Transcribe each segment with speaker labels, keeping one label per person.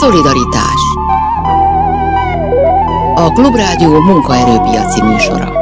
Speaker 1: Szolidaritás. A Klubrádió munkaerőpiaci műsora.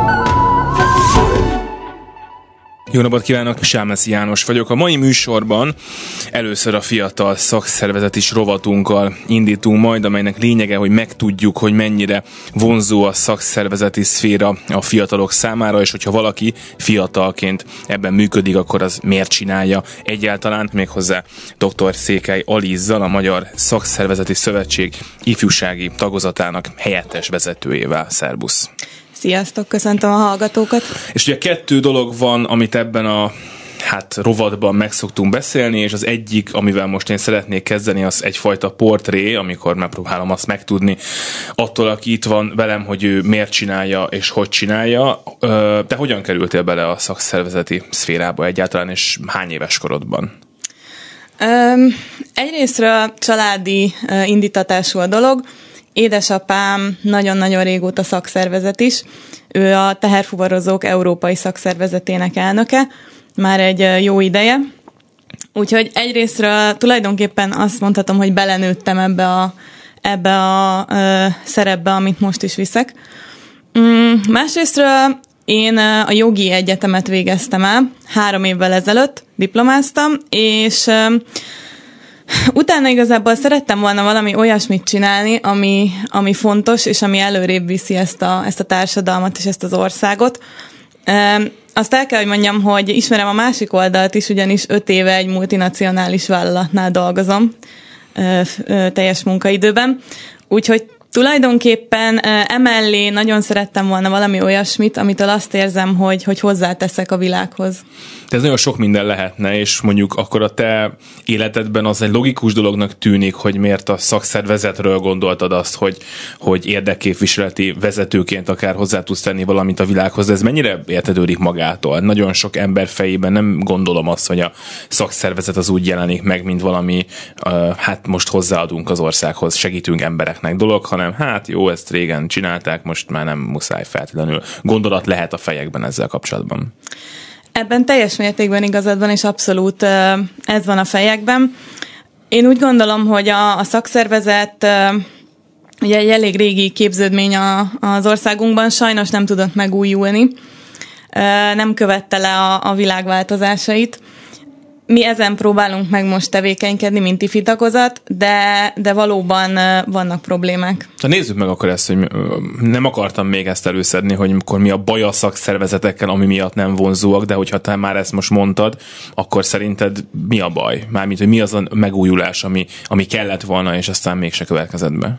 Speaker 2: Jó napot kívánok, Sámeszi János vagyok. A mai műsorban először a fiatal szakszervezeti rovatunkkal indítunk majd, amelynek lényege, hogy megtudjuk, hogy mennyire vonzó a szakszervezeti szféra a fiatalok számára, és hogyha valaki fiatalként ebben működik, akkor az miért csinálja egyáltalán, méghozzá dr. Székely Alizzal, a Magyar Szakszervezeti Szövetség ifjúsági tagozatának helyettes vezetőjével. Szerbusz!
Speaker 3: Sziasztok, köszöntöm a hallgatókat! És
Speaker 2: ugye 2 dolog van, amit ebben a rovatban meg szoktunk beszélni, és az egyik, amivel most én szeretnék kezdeni, az egyfajta portré, amikor megpróbálom azt megtudni attól, aki itt van velem, hogy ő miért csinálja és hogy csinálja. Te hogyan kerültél bele a szakszervezeti szférába egyáltalán, és hány éves korodban?
Speaker 3: Egyrésztről családi indítatású a dolog. Édesapám nagyon-nagyon régóta szakszervezet is. Ő a Teherfuvarozók Európai Szakszervezetének elnöke, már egy jó ideje. Úgyhogy egyrésztről tulajdonképpen azt mondhatom, hogy belenőttem ebbe a szerepbe, amit most is viszek. Másrésztről én a jogi egyetemet végeztem el, 3 évvel ezelőtt diplomáztam, és utána igazából szerettem volna valami olyasmit csinálni, ami fontos, és ami előrébb viszi ezt a társadalmat és ezt az országot. Azt el kell, hogy mondjam, hogy ismerem a másik oldalt is, ugyanis 5 éve egy multinacionális vállalatnál dolgozom teljes munkaidőben. Úgyhogy tulajdonképpen emellé nagyon szerettem volna valami olyasmit, amitől azt érzem, hogy hozzáteszek a világhoz.
Speaker 2: De ez nagyon sok minden lehetne, és mondjuk akkor a te életedben az egy logikus dolognak tűnik, hogy miért a szakszervezetről gondoltad azt, hogy érdekképviseleti vezetőként akár hozzá tudsz tenni valamit a világhoz, de ez mennyire értetődik magától? Nagyon sok ember fejében nem gondolom azt, hogy a szakszervezet az úgy jelenik meg, mint valami, most hozzáadunk az országhoz, segítünk embereknek dolog, hanem jó, ezt régen csinálták, most már nem muszáj feltétlenül. Gondolat lehet a fejekben ezzel kapcsolatban.
Speaker 3: Ebben teljes mértékben igazad van, és abszolút ez van a fejekben. Én úgy gondolom, hogy a szakszervezet ugye egy elég régi képződmény az országunkban, sajnos nem tudott megújulni, nem követte le a világ változásait. Mi ezen próbálunk meg most tevékenykedni, mint ifi tagozat, de valóban vannak problémák.
Speaker 2: Nézzük meg akkor ezt, hogy nem akartam még ezt előszedni, hogy akkor mi a baj a szakszervezetekkel, ami miatt nem vonzóak, de hogyha te már ezt most mondtad, akkor szerinted mi a baj? Mármint, hogy mi az a megújulás, ami kellett volna, és aztán mégse következett be?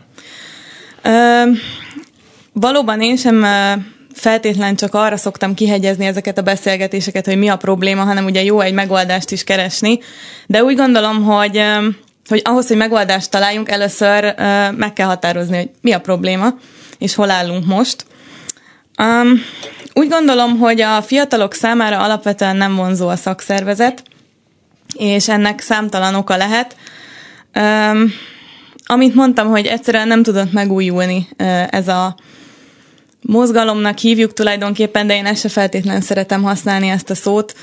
Speaker 3: Valóban én sem feltétlenül csak arra szoktam kihegyezni ezeket a beszélgetéseket, hogy mi a probléma, hanem ugye jó egy megoldást is keresni. De úgy gondolom, hogy ahhoz, hogy megoldást találjunk, először meg kell határozni, hogy mi a probléma, és hol állunk most. Úgy gondolom, hogy a fiatalok számára alapvetően nem vonzó a szakszervezet, és ennek számtalan oka lehet. Amit mondtam, hogy egyszerűen nem tudott megújulni ez a mozgalomnak hívjuk tulajdonképpen, de én ezt se feltétlenül szeretem használni ezt a szót.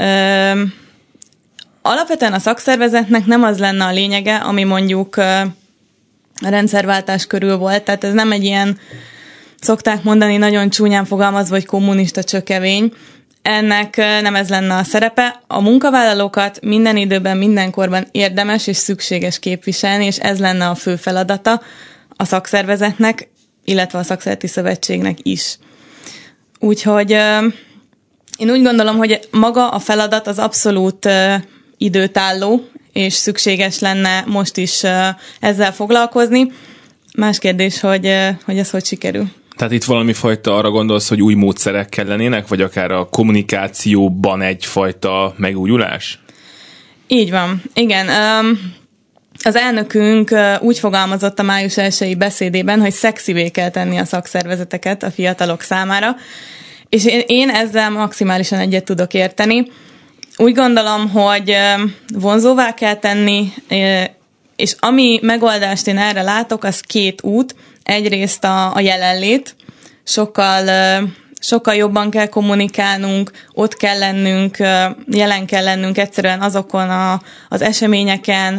Speaker 3: Alapvetően a szakszervezetnek nem az lenne a lényege, ami mondjuk a rendszerváltás körül volt, tehát ez nem egy ilyen, szokták mondani nagyon csúnyán fogalmazva, hogy kommunista csökevény. Ennek nem ez lenne a szerepe. A munkavállalókat minden időben, mindenkorban érdemes és szükséges képviselni, és ez lenne a fő feladata a szakszervezetnek, illetve a szakszervezeti szövetségnek is. Úgyhogy én úgy gondolom, hogy maga a feladat az abszolút időtálló, és szükséges lenne most is ezzel foglalkozni. Más kérdés, hogy ez hogy sikerül.
Speaker 2: Tehát itt valami fajta arra gondolsz, hogy új módszerek kellenének, vagy akár a kommunikációban egyfajta megújulás?
Speaker 3: Így van, igen. Az elnökünk úgy fogalmazott a május 1-i beszédében, hogy szexivé kell tenni a szakszervezeteket a fiatalok számára, és én ezzel maximálisan egyet tudok érteni. Úgy gondolom, hogy vonzóvá kell tenni, és ami megoldást én erre látok, az 2 út. Egyrészt a jelenlét, sokkal jobban kell kommunikálnunk, ott kell lennünk, jelen kell lennünk egyszerűen azokon az eseményeken,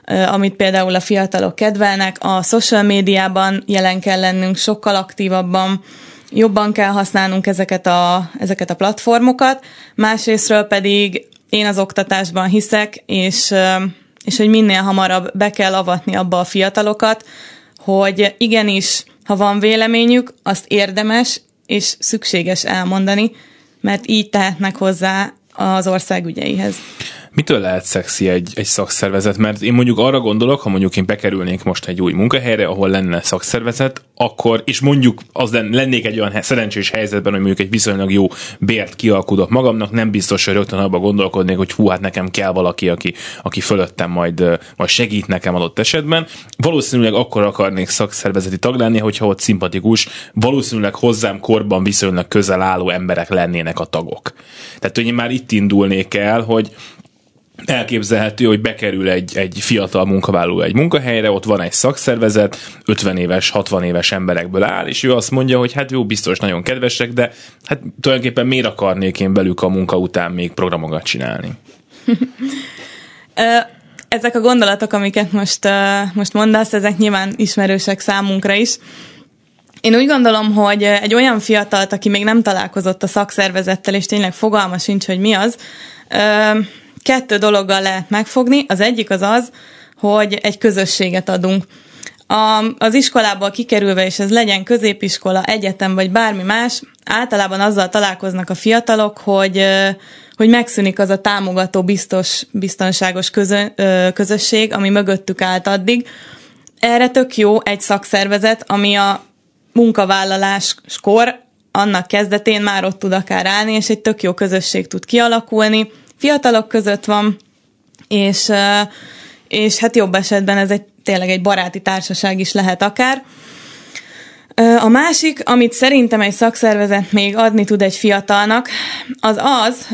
Speaker 3: amit például a fiatalok kedvelnek. A social médiában jelen kell lennünk, sokkal aktívabban, jobban kell használnunk ezeket a platformokat. Másrésztről pedig én az oktatásban hiszek, és hogy minél hamarabb be kell avatni abba a fiatalokat, hogy igenis, ha van véleményük, azt érdemes és szükséges elmondani, mert így tehetnek hozzá az ország ügyeihez.
Speaker 2: Mitől lehet szexi egy szakszervezet? Mert én mondjuk arra gondolok, ha mondjuk én bekerülnék most egy új munkahelyre, ahol lenne szakszervezet, akkor, és mondjuk lennék egy olyan szerencsés helyzetben, hogy mondjuk egy viszonylag jó bért kialkudok magamnak, nem biztos, hogy rögtön abban gondolkodnék, hogy hú, hát nekem kell valaki, aki fölöttem majd segít nekem adott esetben. Valószínűleg akkor akarnék szakszervezeti tag lenni, hogyha ott szimpatikus, valószínűleg hozzám korban viszonylag közel álló emberek lennének a tagok. Tehát, hogy én már itt indulnék el, hogy elképzelhető, hogy bekerül egy fiatal munkavállaló egy munkahelyre, ott van egy szakszervezet, 50 éves, 60 éves emberekből áll, és ő azt mondja, hogy hát jó, biztos nagyon kedvesek, de hát tulajdonképpen miért akarnék én velük a munka után még programokat csinálni?
Speaker 3: Ezek a gondolatok, amiket most mondasz, ezek nyilván ismerősek számunkra is. Én úgy gondolom, hogy egy olyan fiatalt, aki még nem találkozott a szakszervezettel, és tényleg fogalma sincs, hogy mi az, 2 dologgal lehet megfogni. Az egyik az, hogy egy közösséget adunk. Az iskolából kikerülve, és ez legyen középiskola, egyetem, vagy bármi más, általában azzal találkoznak a fiatalok, hogy megszűnik az a támogató, biztonságos közösség, ami mögöttük állt addig. Erre tök jó egy szakszervezet, ami a munkavállaláskor, annak kezdetén már ott tud akár állni, és egy tök jó közösség tud kialakulni. Fiatalok között van, és hát jobb esetben ez tényleg egy baráti társaság is lehet akár. A másik, amit szerintem egy szakszervezet még adni tud egy fiatalnak, az,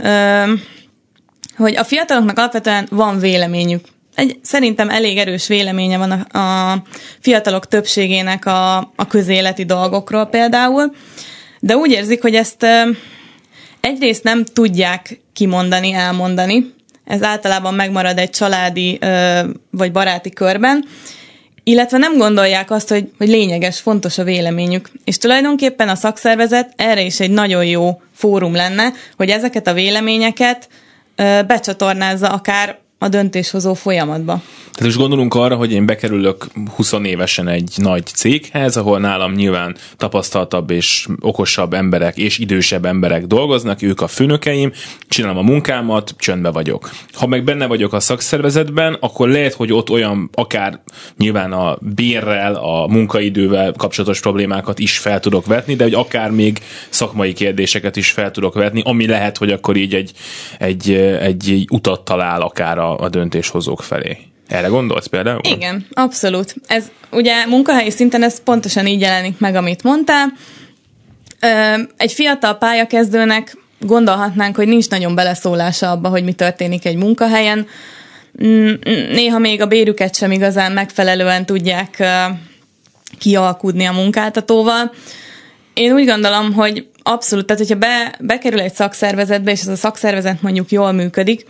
Speaker 3: hogy a fiataloknak alapvetően van véleményük. Szerintem elég erős véleménye van a fiatalok többségének a közéleti dolgokról például, de úgy érzik, hogy ezt egyrészt nem tudják kimondani, elmondani. Ez általában megmarad egy családi vagy baráti körben, illetve nem gondolják azt, hogy lényeges, fontos a véleményük. És tulajdonképpen a szakszervezet erre is egy nagyon jó fórum lenne, hogy ezeket a véleményeket becsatornázza akár a döntéshozó folyamatba.
Speaker 2: Tehát most gondolunk arra, hogy én bekerülök 20 évesen egy nagy céghez, ahol nálam nyilván tapasztaltabb és okosabb emberek és idősebb emberek dolgoznak, ők a főnökeim, csinálom a munkámat, csöndbe vagyok. Ha meg benne vagyok a szakszervezetben, akkor lehet, hogy ott olyan akár nyilván a bérrel, a munkaidővel kapcsolatos problémákat is fel tudok vetni, de hogy akár még szakmai kérdéseket is fel tudok vetni, ami lehet, hogy akkor így egy utat talál akár a döntéshozók felé. Erre gondolsz például?
Speaker 3: Igen, abszolút. Ez ugye munkahelyi szinten ez pontosan így jelenik meg, amit mondtál. Egy fiatal pályakezdőnek gondolhatnánk, hogy nincs nagyon beleszólása abba, hogy mi történik egy munkahelyen. Néha még a bérüket sem igazán megfelelően tudják kialkudni a munkáltatóval. Én úgy gondolom, hogy abszolút, tehát hogyha bekerül egy szakszervezetbe, és ez a szakszervezet mondjuk jól működik,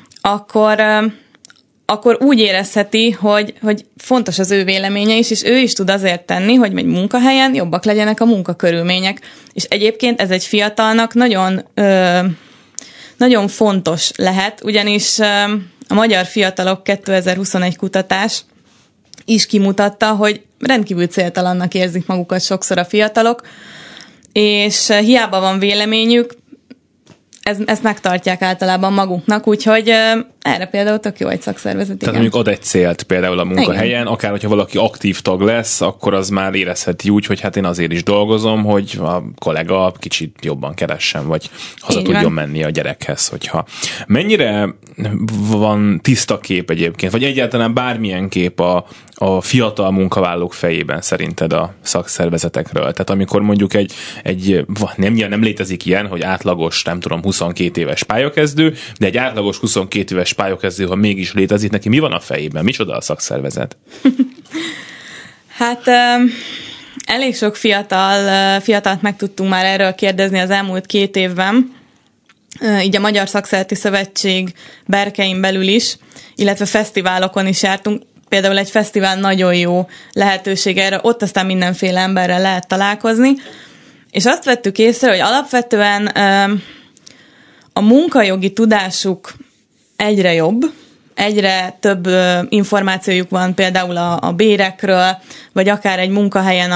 Speaker 3: akkor úgy érezheti, hogy fontos az ő véleménye is, és ő is tud azért tenni, hogy egy munkahelyen jobbak legyenek a munkakörülmények. És egyébként ez egy fiatalnak nagyon, nagyon fontos lehet, ugyanis a Magyar Fiatalok 2021 kutatás is kimutatta, hogy rendkívül céltalannak érzik magukat sokszor a fiatalok, és hiába van véleményük, ezt megtartják általában maguknak, úgyhogy erre például tök jó egy szakszervezet.
Speaker 2: Tehát mondjuk ad egy célt például a munkahelyen, igen. Akár hogyha valaki aktív tag lesz, akkor az már érezheti úgy, hogy hát én azért is dolgozom, hogy a kollega kicsit jobban keressen, vagy haza tudjon menni a gyerekhez, hogyha. Mennyire van tiszta kép egyébként, vagy egyáltalán bármilyen kép a fiatal munkavállalók fejében szerinted a szakszervezetekről? Tehát amikor mondjuk nem létezik ilyen, hogy átlagos, nem tudom, 22 éves pályakezdő, de egy átlagos 22 éves pályakezdő, ha mégis létezik, neki mi van a fejében? Micsoda a szakszervezet?
Speaker 3: Hát elég sok fiatalt meg tudtunk már erről kérdezni az elmúlt 2 évben, így a Magyar Szakszervezeti Szövetség berkein belül is, illetve fesztiválokon is jártunk. például egy fesztivál nagyon jó lehetőség erre, ott aztán mindenféle emberrel lehet találkozni, és azt vettük észre, hogy alapvetően a munkajogi tudásuk egyre jobb, egyre több információjuk van például a bérekről, vagy akár egy munkahelyen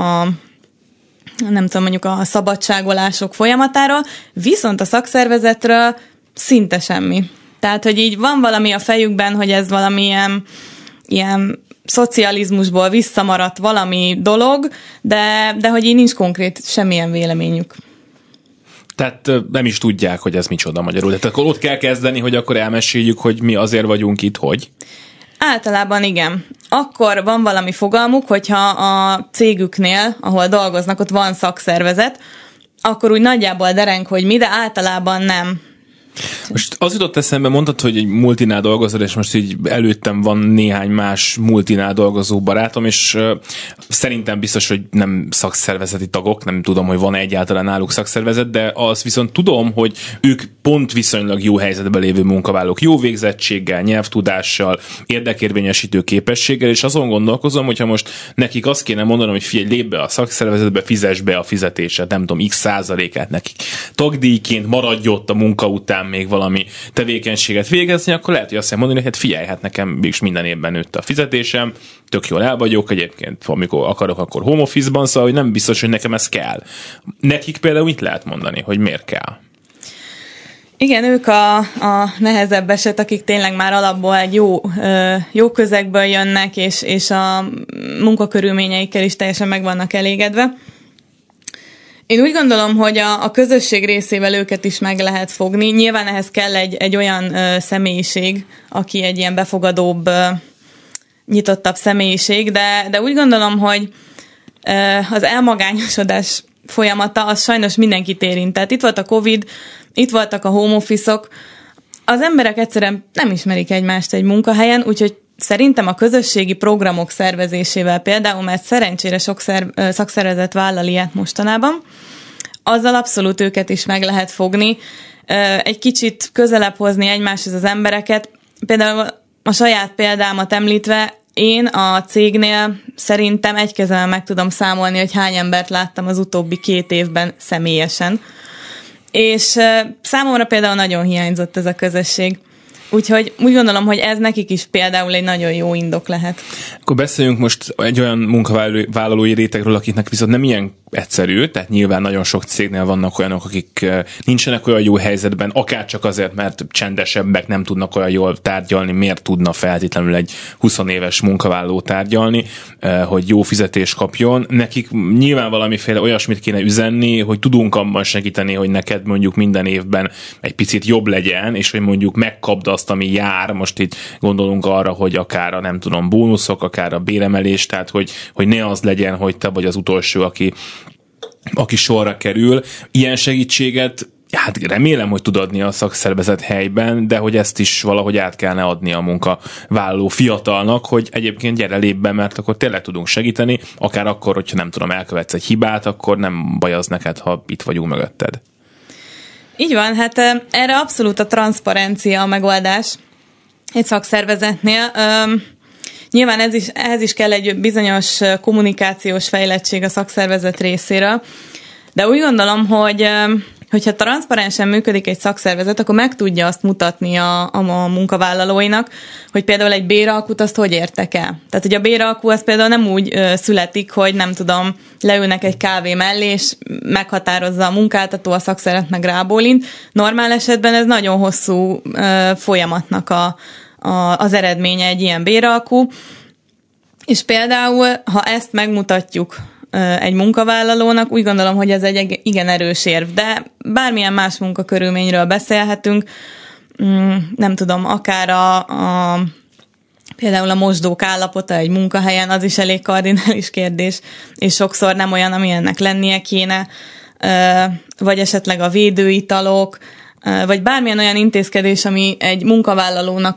Speaker 3: nem tudom, mondjuk a szabadságolások folyamatáról, viszont a szakszervezetről szinte semmi. Tehát, hogy így van valami a fejükben, hogy ez valamilyen ilyen szocializmusból visszamaradt valami dolog, de hogy így nincs konkrét semmilyen véleményük.
Speaker 2: Tehát nem is tudják, hogy ez micsoda magyarul. Tehát akkor ott kell kezdeni, hogy akkor elmeséljük, hogy mi azért vagyunk itt, hogy?
Speaker 3: Általában igen. Akkor van valami fogalmuk, hogyha a cégüknél, ahol dolgoznak, ott van szakszervezet, akkor úgy nagyjából dereng, hogy mi, de általában nem.
Speaker 2: Most az jutott eszembe, mondtad, hogy egy multinál dolgozol, és most így előttem van néhány más multinál dolgozó barátom, és szerintem biztos, hogy nem szakszervezeti tagok, nem tudom, hogy van egyáltalán náluk szakszervezet, de azt viszont tudom, hogy ők pont viszonylag jó helyzetben lévő munkavállalók, jó végzettséggel, nyelvtudással, érdekérvényesítő képességgel, és azon gondolkozom, hogyha most nekik azt kéne mondanom, hogy figyelj, lép be a szakszervezetbe, fizess be a fizetésed, nem tudom, x% nekik. Tagdíjként maradj ott a munka után még valami tevékenységet végezni, akkor lehet, hogy azt mondani, hogy hát figyelj, hát nekem mégis minden évben nőtt a fizetésem, tök jól el vagyok, egyébként amikor akarok, akkor home office-ban, szóval hogy nem biztos, hogy nekem ez kell. Nekik például mit lehet mondani, hogy miért kell?
Speaker 3: Igen, ők a nehezebb eset, akik tényleg már alapból egy jó közegből jönnek, és a munkakörülményeikkel is teljesen meg vannak elégedve. Én úgy gondolom, hogy a közösség részével őket is meg lehet fogni. Nyilván ehhez kell egy olyan személyiség, aki egy ilyen befogadóbb, nyitottabb személyiség, de úgy gondolom, hogy az elmagányosodás folyamata az sajnos mindenkit érint. Tehát itt volt a Covid, itt voltak a home office-ok, az emberek egyszerűen nem ismerik egymást egy munkahelyen, úgyhogy szerintem a közösségi programok szervezésével például, mert szerencsére sok szakszervezet vállal ilyet mostanában, azzal abszolút őket is meg lehet fogni, egy kicsit közelebb hozni egymáshoz az embereket. Például a saját példámat említve, én a cégnél szerintem egy kezemmel meg tudom számolni, hogy hány embert láttam az utóbbi 2 évben személyesen. És számomra például nagyon hiányzott ez a közösség. Úgyhogy úgy gondolom, hogy ez nekik is például egy nagyon jó indok lehet.
Speaker 2: Akkor beszéljünk most egy olyan munkavállalói rétegről, akiknek viszont nem ilyen egyszerű, tehát nyilván nagyon sok cégnél vannak olyanok, akik nincsenek olyan jó helyzetben, akár csak azért, mert csendesebbek, nem tudnak olyan jól tárgyalni, miért tudna feltétlenül egy 20 éves munkavállaló tárgyalni, hogy jó fizetést kapjon. Nekik nyilván valamiféle olyasmit kéne üzenni, hogy tudunk abban segíteni, hogy neked mondjuk minden évben egy picit jobb legyen, és hogy mondjuk megkapd azt, ami jár. Most itt gondolunk arra, hogy akár a nem tudom, bónuszok, akár a béremelés, tehát hogy ne az legyen, hogy te vagy az utolsó, aki sorra kerül. Ilyen segítséget, hát remélem, hogy tud adni a szakszervezet helyben, de hogy ezt is valahogy át kellene adni a munkavállaló fiatalnak, hogy egyébként gyere, lép be, mert akkor tényleg tudunk segíteni, akár akkor, hogyha nem tudom, elkövetsz egy hibát, akkor nem baj az neked, ha itt vagyunk mögötted.
Speaker 3: Így van, hát erre abszolút a transzparencia a megoldás egy szakszervezetnél. Nyilván ehhez is kell egy bizonyos kommunikációs fejlettség a szakszervezet részéről, de úgy gondolom, hogy hogyha transzparensen működik egy szakszervezet, akkor meg tudja azt mutatni a munkavállalóinak, hogy például egy béralkut azt hogy értek el. Tehát, hogy a béralkú az például nem úgy születik, hogy nem tudom, leülnek egy kávé mellé, és meghatározza a munkáltató, a szakszervezet meg rábólint. Normál esetben ez nagyon hosszú folyamatnak az eredménye egy ilyen béralkú, és például, ha ezt megmutatjuk egy munkavállalónak, úgy gondolom, hogy ez egy igen erős érv, de bármilyen más munkakörülményről beszélhetünk, nem tudom, akár például a mosdók állapota egy munkahelyen, az is elég kardinális kérdés, és sokszor nem olyan, ami ennek lennie kéne, vagy esetleg a védőitalok, vagy bármilyen olyan intézkedés, ami egy munkavállalónak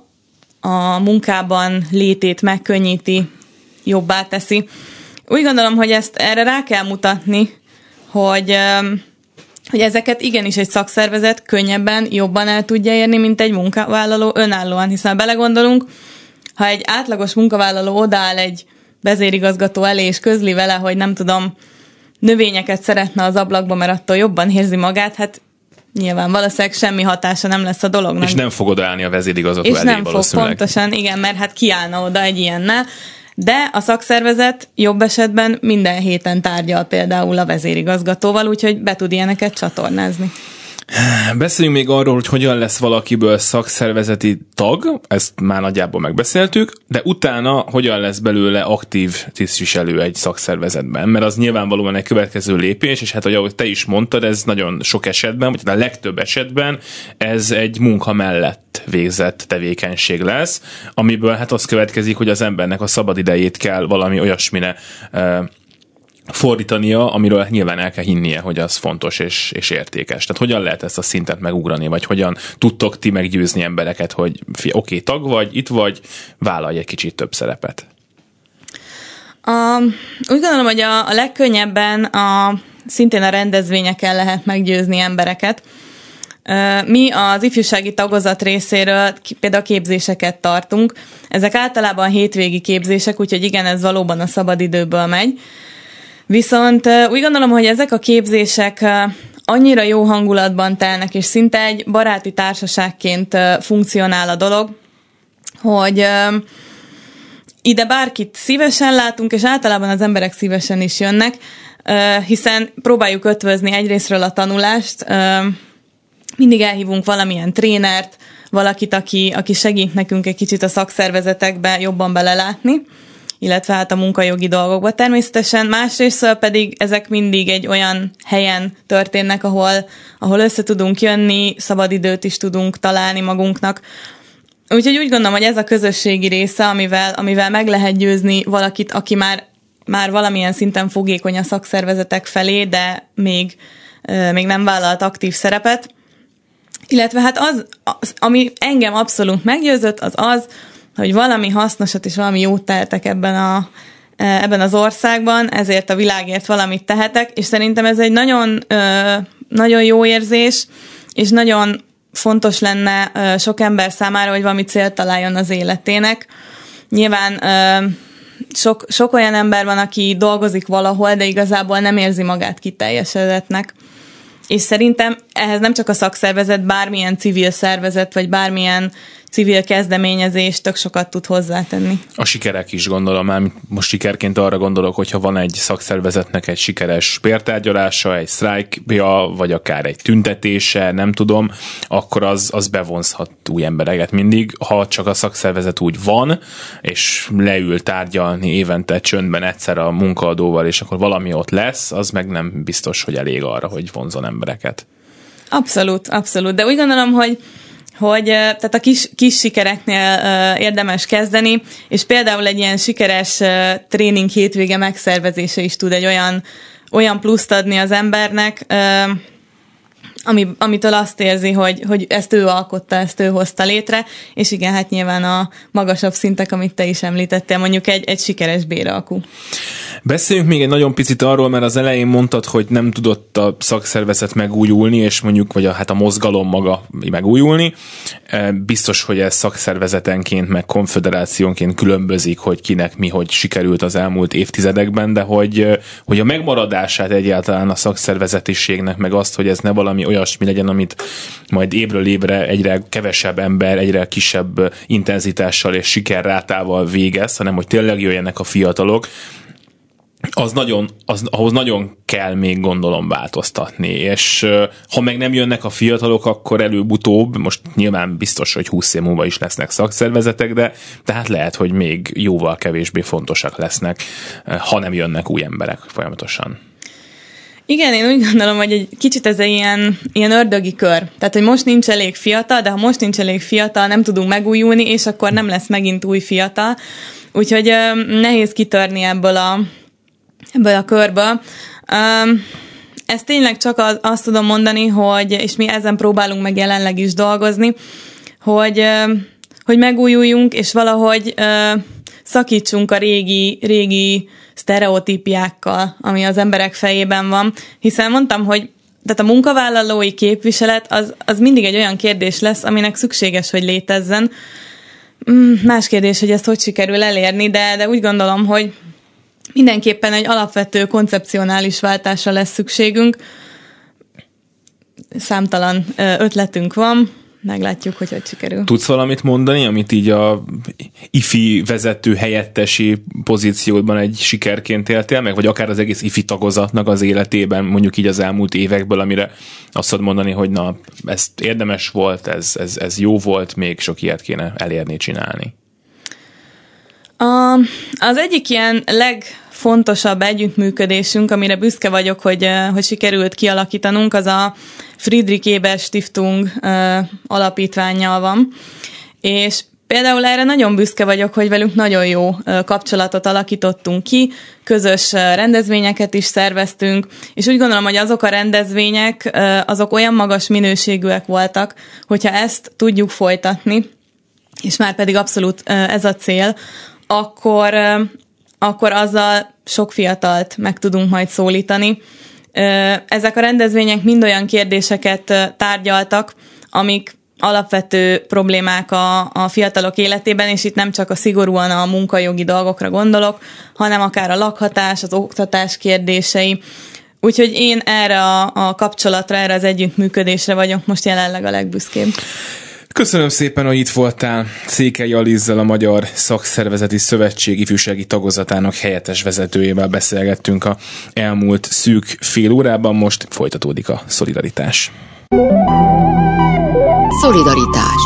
Speaker 3: a munkában létét megkönnyíti, jobbá teszi. Úgy gondolom, hogy erre rá kell mutatni, hogy ezeket igenis egy szakszervezet könnyebben, jobban el tudja érni, mint egy munkavállaló önállóan, hiszen belegondolunk, ha egy átlagos munkavállaló odaáll egy vezérigazgató elé, és közli vele, hogy nem tudom, növényeket szeretne az ablakba, mert attól jobban érzi magát, hát nyilván valószínűleg semmi hatása nem lesz a dolognak.
Speaker 2: És nem fog odaállni a vezérigazgató elé
Speaker 3: valószínűleg. És nem fog, pontosan, igen, mert hát kiállna oda egy ilyennel. De a szakszervezet jobb esetben minden héten tárgyal például a vezérigazgatóval, úgyhogy be tud ilyeneket csatornázni.
Speaker 2: Beszéljünk még arról, hogy hogyan lesz valakiből szakszervezeti tag, ezt már nagyjából megbeszéltük, de utána hogyan lesz belőle aktív tisztviselő egy szakszervezetben, mert az nyilvánvalóan egy következő lépés, és hát ahogy te is mondtad, ez nagyon sok esetben, vagy a legtöbb esetben ez egy munka mellett végzett tevékenység lesz, amiből hát az következik, hogy az embernek a szabadidejét kell valami olyasmire fordítania, amiről nyilván el kell hinnie, hogy az fontos és értékes. Tehát hogyan lehet ezt a szintet megugrani, vagy hogyan tudtok ti meggyőzni embereket, hogy oké, tag vagy, itt vagy, vállalj egy kicsit több szerepet?
Speaker 3: Úgy gondolom, hogy a legkönnyebben szintén a rendezvényeken lehet meggyőzni embereket. Mi az ifjúsági tagozat részéről például képzéseket tartunk. Ezek általában hétvégi képzések, úgyhogy igen, ez valóban a szabadidőből megy. Viszont úgy gondolom, hogy ezek a képzések annyira jó hangulatban telnek, és szinte egy baráti társaságként funkcionál a dolog, hogy ide bárkit szívesen látunk, és általában az emberek szívesen is jönnek, hiszen próbáljuk ötvözni egyrészről a tanulást, mindig elhívunk valamilyen trénert, valakit, aki segít nekünk egy kicsit a szakszervezetekbe jobban belelátni, illetve hát a munkajogi dolgokba természetesen. Másrésztől pedig ezek mindig egy olyan helyen történnek, ahol össze tudunk jönni, szabadidőt is tudunk találni magunknak. Úgyhogy úgy gondolom, hogy ez a közösségi része, amivel meg lehet győzni valakit, aki már valamilyen szinten fogékony a szakszervezetek felé, de még nem vállalt aktív szerepet. Illetve hát az, ami engem abszolút meggyőzött, az, hogy valami hasznosat és valami jót tehetek ebben az országban, ezért a világért valamit tehetek, és szerintem ez egy nagyon, nagyon jó érzés, és nagyon fontos lenne sok ember számára, hogy valami célt találjon az életének. Nyilván sok olyan ember van, aki dolgozik valahol, de igazából nem érzi magát kiteljesedettnek. És szerintem ehhez nem csak a szakszervezet, bármilyen civil szervezet, vagy bármilyen civil kezdeményezés tök sokat tud hozzátenni.
Speaker 2: A sikerek is gondolom, már most sikerként arra gondolok, hogyha van egy szakszervezetnek egy sikeres bértárgyalása, egy sztrájkja, vagy akár egy tüntetése, nem tudom, akkor az bevonzhat új embereket mindig. Ha csak a szakszervezet úgy van, és leül tárgyalni évente csöndben egyszer a munkaadóval, és akkor valami ott lesz, az meg nem biztos, hogy elég arra, hogy vonzon embereket.
Speaker 3: Abszolút, abszolút. De úgy gondolom, hogy tehát a kis sikereknél érdemes kezdeni, és például egy ilyen sikeres tréning hétvége megszervezése is tud egy olyan pluszt adni az embernek, amitől azt érzi, hogy ezt ő alkotta, ezt ő hozta létre, és igen, hát nyilván a magasabb szintek, amit te is említettél, mondjuk egy sikeres béralkú.
Speaker 2: Beszéljünk még egy nagyon picit arról, mert az elején mondtad, hogy nem tudott a szakszervezet megújulni, és mondjuk, vagy a mozgalom maga megújulni. Biztos, hogy ez szakszervezetenként, meg konföderációnként különbözik, hogy kinek mi, hogy sikerült az elmúlt évtizedekben, de hogy a megmaradását egyáltalán a szakszervezetiségnek, meg azt, hogy ez ne valami olyasmi legyen, amit majd évről évre egyre kevesebb ember, egyre kisebb intenzitással és sikerrátával végez, hanem hogy tényleg jöjjenek a fiatalok, ahhoz nagyon kell még gondolom változtatni, és ha meg nem jönnek a fiatalok, akkor előbb-utóbb, most nyilván biztos, hogy 20 év múlva is lesznek szakszervezetek, de tehát lehet, hogy még jóval kevésbé fontosak lesznek, ha nem jönnek új emberek folyamatosan.
Speaker 3: Igen, én úgy gondolom, hogy egy kicsit ez egy ilyen ördögi kör. Tehát, hogy most nincs elég fiatal, de ha most nincs elég fiatal, nem tudunk megújulni, és akkor nem lesz megint új fiatal. Úgyhogy nehéz kitörni ebből a körből. Ezt tényleg csak azt tudom mondani, és mi ezen próbálunk meg jelenleg is dolgozni, hogy megújuljunk, és valahogy szakítsunk a régi sztereotípiákkal, ami az emberek fejében van. Hiszen mondtam, hogy tehát a munkavállalói képviselet az mindig egy olyan kérdés lesz, aminek szükséges, hogy létezzen. más kérdés, hogy ezt hogy sikerül elérni, de úgy gondolom, hogy mindenképpen egy alapvető koncepcionális váltásra lesz szükségünk. Számtalan ötletünk van, meglátjuk, hogy sikerül.
Speaker 2: Tudsz valamit mondani, amit így a IFI vezető helyettesi pozíciódban egy sikerként éltél meg, vagy akár az egész IFI tagozatnak az életében, mondjuk így az elmúlt évekből, amire azt tudod mondani, hogy na, ez érdemes volt, ez jó volt, még sok ilyet kéne elérni, csinálni?
Speaker 3: Az egyik ilyen legfontosabb együttműködésünk, amire büszke vagyok, hogy sikerült kialakítanunk, az a Friedrich Ebert Stiftung alapítvánnyal van. És például erre nagyon büszke vagyok, hogy velük nagyon jó kapcsolatot alakítottunk ki, közös rendezvényeket is szerveztünk, és úgy gondolom, hogy azok a rendezvények, azok olyan magas minőségűek voltak, hogyha ezt tudjuk folytatni, és már pedig abszolút ez a cél, akkor azzal sok fiatalt meg tudunk majd szólítani. Ezek a rendezvények mind olyan kérdéseket tárgyaltak, amik alapvető problémák a fiatalok életében, és itt nem csak szigorúan a munkajogi dolgokra gondolok, hanem akár a lakhatás, az oktatás kérdései. Úgyhogy én erre a kapcsolatra, erre az együttműködésre vagyok most jelenleg a legbüszkébb.
Speaker 2: Köszönöm szépen, hogy itt voltál. Székely Alizzal, a Magyar Szakszervezeti Szövetség ifjúsági tagozatának helyettes vezetőjével beszélgettünk a elmúlt szűk fél órában, most folytatódik a szolidaritás.
Speaker 1: Szolidaritás.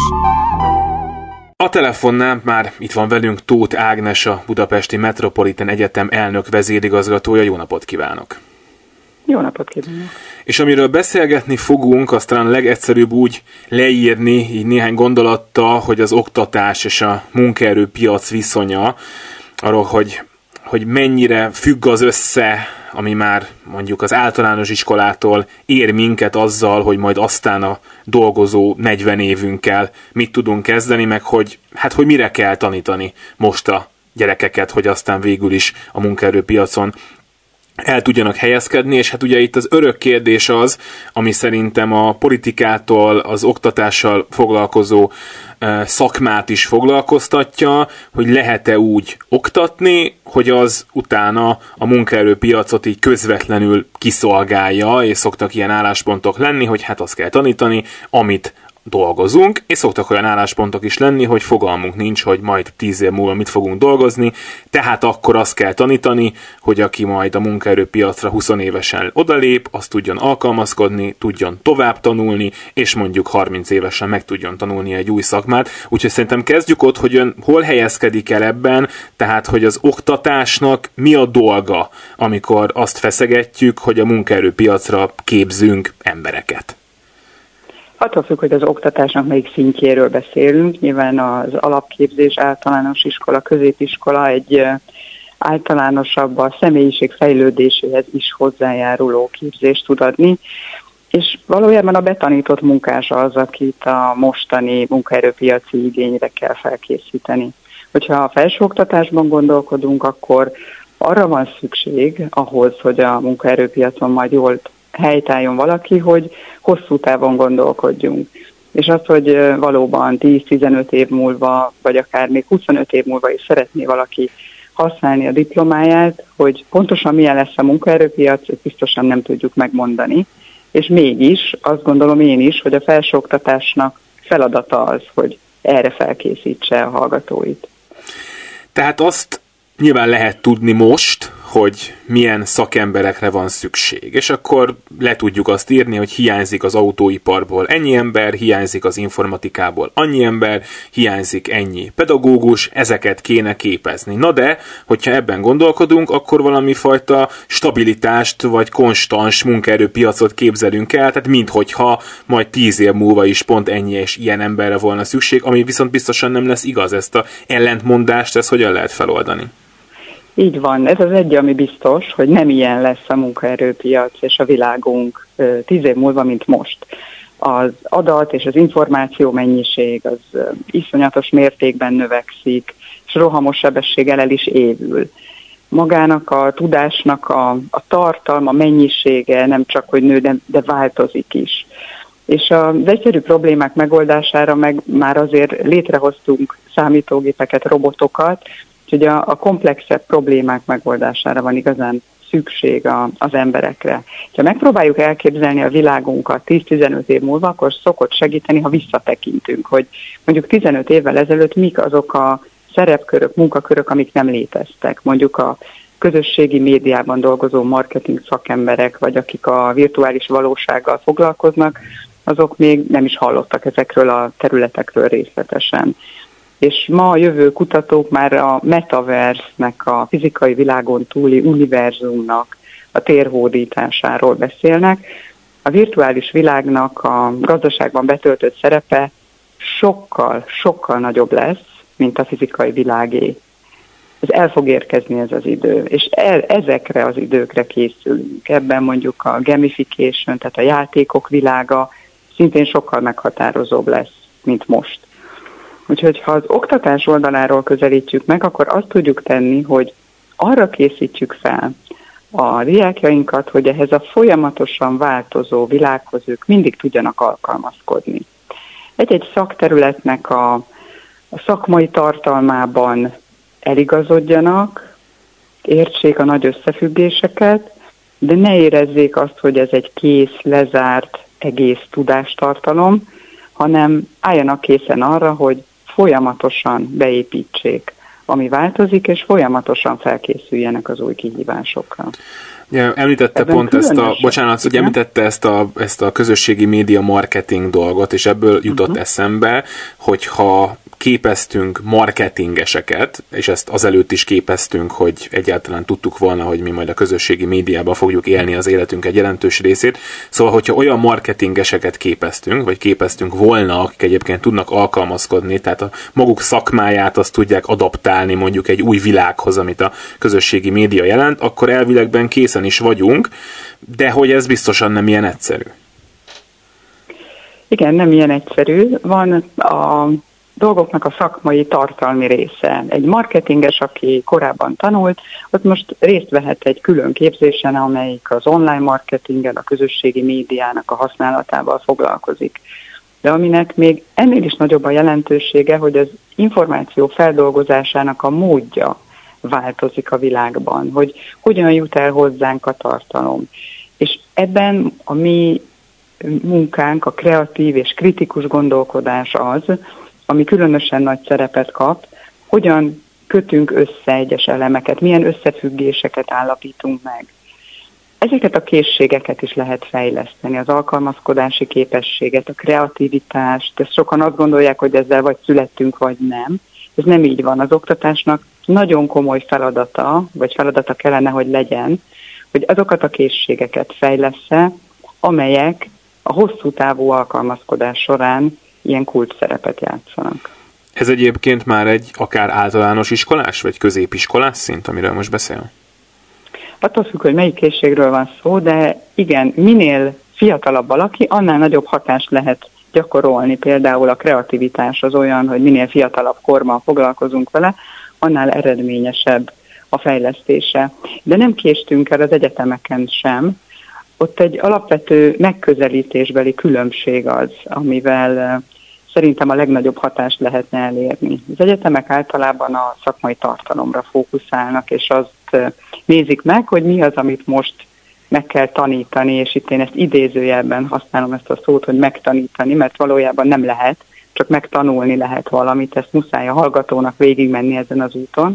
Speaker 2: A telefonnál már itt van velünk Tóth Ágnes, a Budapesti Metropolitan Egyetem elnök vezérigazgatója. Jó napot kívánok!
Speaker 4: Jó napot kívánok!
Speaker 2: És amiről beszélgetni fogunk, azt talán legegyszerűbb úgy leírni, így néhány gondolattal, hogy az oktatás és a munkaerőpiac viszonya, arról, hogy mennyire függ az össze, ami már mondjuk az általános iskolától ér minket azzal, hogy majd aztán a dolgozó 40 évünkkel mit tudunk kezdeni, meg hogy mire kell tanítani most a gyerekeket, hogy aztán végül is a munkaerőpiacon el tudjanak helyezkedni, és hát ugye itt az örök kérdés az, ami szerintem a politikától az oktatással foglalkozó szakmát is foglalkoztatja, hogy lehet-e úgy oktatni, hogy az utána a munkaerőpiacot így közvetlenül kiszolgálja, és szoktak ilyen álláspontok lenni, hogy hát azt kell tanítani, amit dolgozunk, és szoktak olyan álláspontok is lenni, hogy fogalmunk nincs, hogy majd 10 év múlva mit fogunk dolgozni, tehát akkor azt kell tanítani, hogy aki majd a munkaerőpiacra 20 évesen odalép, azt tudjon alkalmazkodni, tudjon tovább tanulni, és mondjuk 30 évesen meg tudjon tanulni egy új szakmát. Úgyhogy szerintem kezdjük ott, hogy ön hol helyezkedik el ebben, tehát hogy az oktatásnak mi a dolga, amikor azt feszegetjük, hogy a munkaerőpiacra képzünk embereket.
Speaker 4: Attól függ, hogy az oktatásnak melyik szintjéről beszélünk. Nyilván az alapképzés, általános iskola, középiskola egy általánosabb, a személyiség fejlődéséhez is hozzájáruló képzést tud adni, és valójában a betanított munkás az, akit a mostani munkaerőpiaci igényre kell felkészíteni. Hogyha a felsőoktatásban gondolkodunk, akkor arra van szükség ahhoz, hogy a munkaerőpiacon majd jól helytálljon valaki, hogy hosszú távon gondolkodjunk. És az, hogy valóban 10-15 év múlva, vagy akár még 25 év múlva is szeretné valaki használni a diplomáját, hogy pontosan milyen lesz a munkaerőpiac, ezt biztosan nem tudjuk megmondani. És mégis azt gondolom én is, hogy a felsőoktatásnak feladata az, hogy erre felkészítse a hallgatóit.
Speaker 2: Tehát azt nyilván lehet tudni most, hogy milyen szakemberekre van szükség. És akkor le tudjuk azt írni, hogy hiányzik az autóiparból ennyi ember, hiányzik az informatikából annyi ember, hiányzik ennyi pedagógus, ezeket kéne képezni. Na de, hogyha ebben gondolkodunk, akkor valami fajta stabilitást vagy konstans munkaerőpiacot képzelünk el, tehát minthogyha majd 10 év múlva is pont ennyi és ilyen emberre volna szükség, ami viszont biztosan nem lesz igaz. Ezt a ellentmondást, ezt hogyan lehet feloldani?
Speaker 4: Így van, ez az egy, ami biztos, hogy nem ilyen lesz a munkaerőpiac és a világunk 10 év múlva, mint most. Az adat és az információ mennyiség az iszonyatos mértékben növekszik, és rohamos sebességgel el is évül. Magának a tudásnak a tartalma, mennyisége nem csak, hogy nő, de változik is. És az egyszerű problémák megoldására meg már azért létrehoztunk számítógépeket, robotokat, úgyhogy a komplexebb problémák megoldására van igazán szükség az emberekre. Ha megpróbáljuk elképzelni a világunkat 10-15 év múlva, akkor szokott segíteni, ha visszatekintünk, hogy mondjuk 15 évvel ezelőtt mik azok a szerepkörök, munkakörök, amik nem léteztek. Mondjuk a közösségi médiában dolgozó marketing szakemberek, vagy akik a virtuális valósággal foglalkoznak, azok még nem is hallottak ezekről a területekről részletesen. És ma a jövő kutatók már a metaverse-nek, a fizikai világon túli univerzumnak a térhódításáról beszélnek. A virtuális világnak a gazdaságban betöltött szerepe sokkal nagyobb lesz, mint a fizikai világé. Ez el fog érkezni ez az idő, és ezekre az időkre készülünk. Ebben mondjuk a gamification, tehát a játékok világa szintén sokkal meghatározóbb lesz, mint most. Úgyhogy ha az oktatás oldaláról közelítjük meg, akkor azt tudjuk tenni, hogy arra készítjük fel a diákjainkat, hogy ehhez a folyamatosan változó világhoz ők mindig tudjanak alkalmazkodni. Egy-egy szakterületnek a szakmai tartalmában eligazodjanak, értsék a nagy összefüggéseket, de ne érezzék azt, hogy ez egy kész, lezárt, egész tudástartalom, hanem álljanak készen arra, hogy folyamatosan beépítsék, ami változik, és folyamatosan felkészüljenek az új kihívásokra.
Speaker 2: Ja, említette pont ezt a közösségi média marketing dolgot, és ebből jutott eszembe, hogyha képeztünk marketingeseket, és ezt azelőtt is képeztünk, hogy egyáltalán tudtuk volna, hogy mi majd a közösségi médiában fogjuk élni az életünk egy jelentős részét. Szóval, hogyha olyan marketingeseket képeztünk, vagy képeztünk volna, akik egyébként tudnak alkalmazkodni, tehát a maguk szakmáját azt tudják adaptálni mondjuk egy új világhoz, amit a közösségi média jelent, akkor elvilegben készen is vagyunk, de hogy ez biztosan nem ilyen egyszerű.
Speaker 4: Igen, nem ilyen egyszerű. Van a dolgoknak a szakmai tartalmi része. Egy marketinges, aki korábban tanult, ott most részt vehet egy külön képzésen, amelyik az online marketinggel, a közösségi médiának a használatával foglalkozik. De aminek még ennél is nagyobb a jelentősége, hogy az információ feldolgozásának a módja változik a világban, hogy hogyan jut el hozzánk a tartalom. És ebben a mi munkánk, a kreatív és kritikus gondolkodás az, ami különösen nagy szerepet kap, hogyan kötünk össze egyes elemeket, milyen összefüggéseket állapítunk meg. Ezeket a készségeket is lehet fejleszteni, az alkalmazkodási képességet, a kreativitást, ezt sokan azt gondolják, hogy ezzel vagy születtünk, vagy nem. Ez nem így van. Az oktatásnak nagyon komoly feladata kellene, hogy legyen, hogy azokat a készségeket fejlessze, amelyek a hosszú távú alkalmazkodás során ilyen kulcs szerepet játszanak.
Speaker 2: Ez egyébként már egy akár általános iskolás, vagy középiskolás szint, amiről most beszél?
Speaker 4: Attól függ, hogy melyik készségről van szó, de igen, minél fiatalabb valaki, annál nagyobb hatást lehet gyakorolni. Például a kreativitás az olyan, hogy minél fiatalabb korban foglalkozunk vele, annál eredményesebb a fejlesztése. De nem késtünk el az egyetemeken sem. Ott egy alapvető megközelítésbeli különbség az, amivel szerintem a legnagyobb hatást lehetne elérni. Az egyetemek általában a szakmai tartalomra fókuszálnak, és azt nézik meg, hogy mi az, amit most meg kell tanítani, és itt én ezt idézőjelben használom ezt a szót, hogy megtanítani, mert valójában nem lehet, csak megtanulni lehet valamit, ezt muszáj a hallgatónak végigmenni ezen az úton.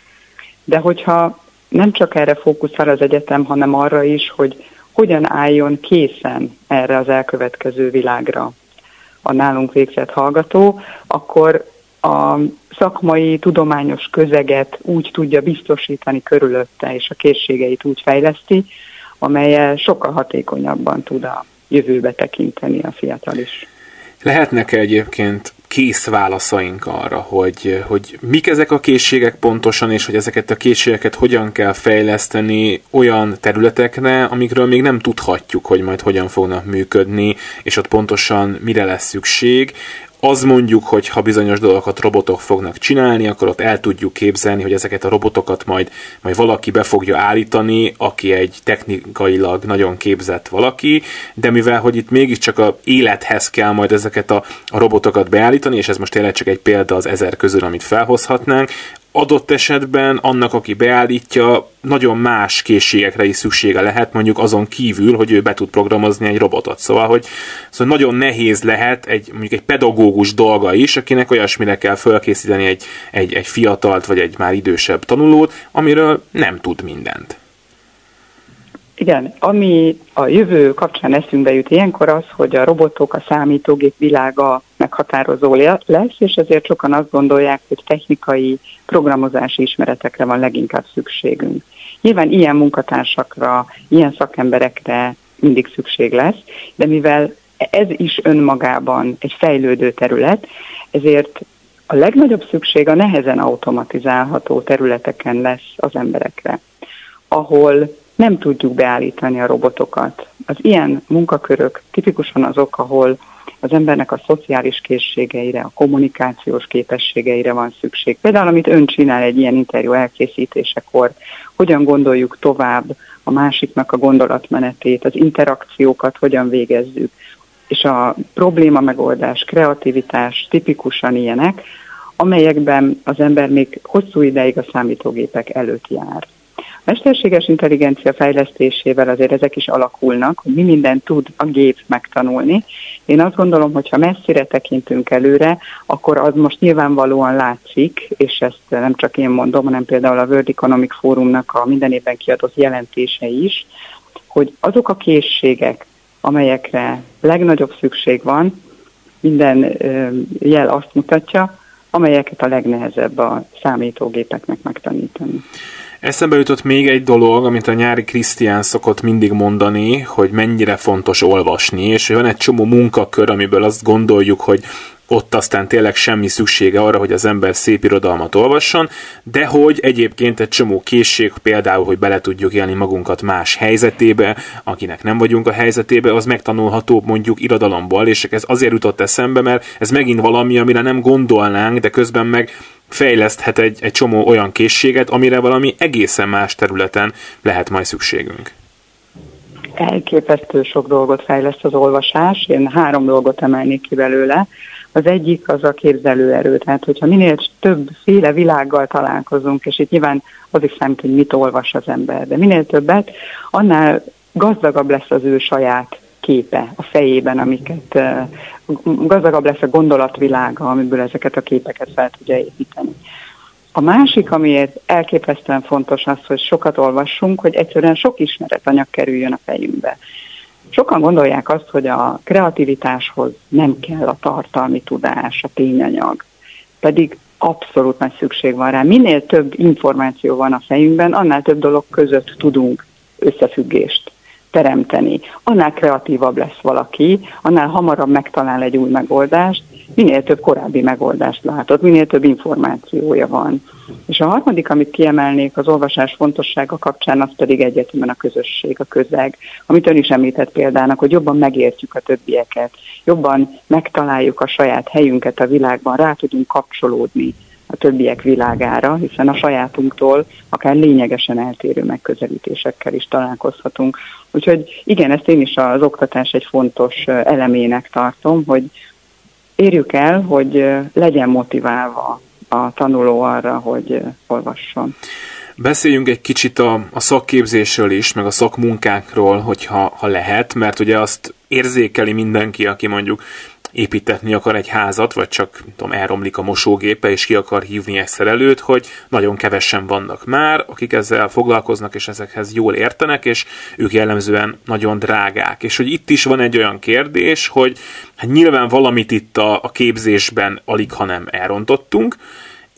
Speaker 4: De hogyha nem csak erre fókuszál az egyetem, hanem arra is, hogy hogyan álljon készen erre az elkövetkező világra a nálunk végzett hallgató, akkor a szakmai, tudományos közeget úgy tudja biztosítani körülötte, és a készségeit úgy fejleszti, amellyel sokkal hatékonyabban tud a jövőbe tekinteni a fiatal is.
Speaker 2: Lehetnek egyébként kész válaszaink arra, hogy mik ezek a készségek pontosan, és hogy ezeket a készségeket hogyan kell fejleszteni olyan területekre, amikről még nem tudhatjuk, hogy majd hogyan fognak működni, és ott pontosan mire lesz szükség.
Speaker 5: az mondjuk, hogy ha bizonyos dolgokat robotok fognak csinálni, akkor ott el tudjuk képzelni, hogy ezeket a robotokat majd valaki be fogja állítani, aki egy technikailag nagyon képzett valaki, de mivel, hogy itt mégiscsak az élethez kell majd ezeket a robotokat beállítani, és ez most tényleg csak egy példa az 1000 közül, amit felhozhatnánk, adott esetben annak, aki beállítja, nagyon más készségekre is szüksége lehet, mondjuk azon kívül, hogy ő be tud programozni egy robotot. Szóval nagyon nehéz lehet mondjuk egy pedagógus dolga is, akinek olyasmire kell felkészíteni egy fiatalt, vagy egy már idősebb tanulót, amiről nem tud mindent.
Speaker 4: Igen, ami a jövő kapcsán eszünkbe jut ilyenkor az, hogy a robotok, a számítógép világa meghatározó lesz, és ezért sokan azt gondolják, hogy technikai programozási ismeretekre van leginkább szükségünk. Nyilván ilyen munkatársakra, ilyen szakemberekre mindig szükség lesz, de mivel ez is önmagában egy fejlődő terület, ezért a legnagyobb szükség a nehezen automatizálható területeken lesz az emberekre, ahol nem tudjuk beállítani a robotokat. Az ilyen munkakörök tipikusan azok, ahol az embernek a szociális készségeire, a kommunikációs képességeire van szükség. Például, amit ön csinál egy ilyen interjú elkészítésekor, hogyan gondoljuk tovább a másiknak a gondolatmenetét, az interakciókat hogyan végezzük. És a probléma megoldás, kreativitás tipikusan ilyenek, amelyekben az ember még hosszú ideig a számítógépek előtt jár. A mesterséges intelligencia fejlesztésével azért ezek is alakulnak, hogy mi mindent tud a gép megtanulni. Én azt gondolom, hogy ha messzire tekintünk előre, akkor az most nyilvánvalóan látszik, és ezt nem csak én mondom, hanem például a World Economic Forumnak a minden évben kiadott jelentése is, hogy azok a készségek, amelyekre legnagyobb szükség van, minden jel azt mutatja, amelyeket a legnehezebb a számítógépeknek megtanítani.
Speaker 5: Eszembe jutott még egy dolog, amit a Nyári Krisztián szokott mindig mondani, hogy mennyire fontos olvasni, és hogy van egy csomó munkakör, amiből azt gondoljuk, hogy ott aztán tényleg semmi szüksége arra, hogy az ember szép irodalmat olvasson, de hogy egyébként egy csomó készség, például, hogy bele tudjuk élni magunkat más helyzetébe, akinek nem vagyunk a helyzetébe, az megtanulható mondjuk irodalomból, és ez azért jutott eszembe, mert ez megint valami, amire nem gondolnánk, de közben meg fejleszthet egy csomó olyan készséget, amire valami egészen más területen lehet majd szükségünk.
Speaker 4: Elképesztő sok dolgot fejleszt az olvasás, én 3 dolgot emelnék ki belőle. Az egyik az a képzelőerő, tehát hogyha minél többféle világgal találkozunk, és itt nyilván az is számít, hogy mit olvas az ember, de minél többet, annál gazdagabb lesz az ő saját képe a fejében, gazdagabb lesz a gondolatvilága, amiből ezeket a képeket fel tudja építeni. A másik, amiért elképesztően fontos az, hogy sokat olvassunk, hogy egyszerűen sok ismeretanyag kerüljön a fejünkbe. Sokan gondolják azt, hogy a kreativitáshoz nem kell a tartalmi tudás, a tényanyag, pedig abszolút nagy szükség van rá. Minél több információ van a fejünkben, annál több dolog között tudunk összefüggést teremteni. Annál kreatívabb lesz valaki, annál hamarabb megtalál egy új megoldást, minél több korábbi megoldást látott, minél több információja van. És a harmadik, amit kiemelnék az olvasás fontossága kapcsán, az pedig egyértelműen a közösség, a közeg, amit ön is említett példának, hogy jobban megértjük a többieket, jobban megtaláljuk a saját helyünket a világban, rá tudunk kapcsolódni a többiek világára, hiszen a sajátunktól akár lényegesen eltérő megközelítésekkel is találkozhatunk. Úgyhogy igen, ezt én is az oktatás egy fontos elemének tartom, hogy érjük el, hogy legyen motiválva a tanuló arra, hogy olvasson.
Speaker 5: Beszéljünk egy kicsit a szakképzésről is, meg a szakmunkákról, hogyha lehet, mert ugye azt érzékeli mindenki, aki mondjuk építetni akar egy házat, vagy csak elromlik a mosógépe, és ki akar hívni egy szerelőt, hogy nagyon kevesen vannak már, akik ezzel foglalkoznak, és ezekhez jól értenek, és ők jellemzően nagyon drágák. És hogy itt is van egy olyan kérdés, hogy hát nyilván valamit itt a képzésben alig, ha nem elrontottunk,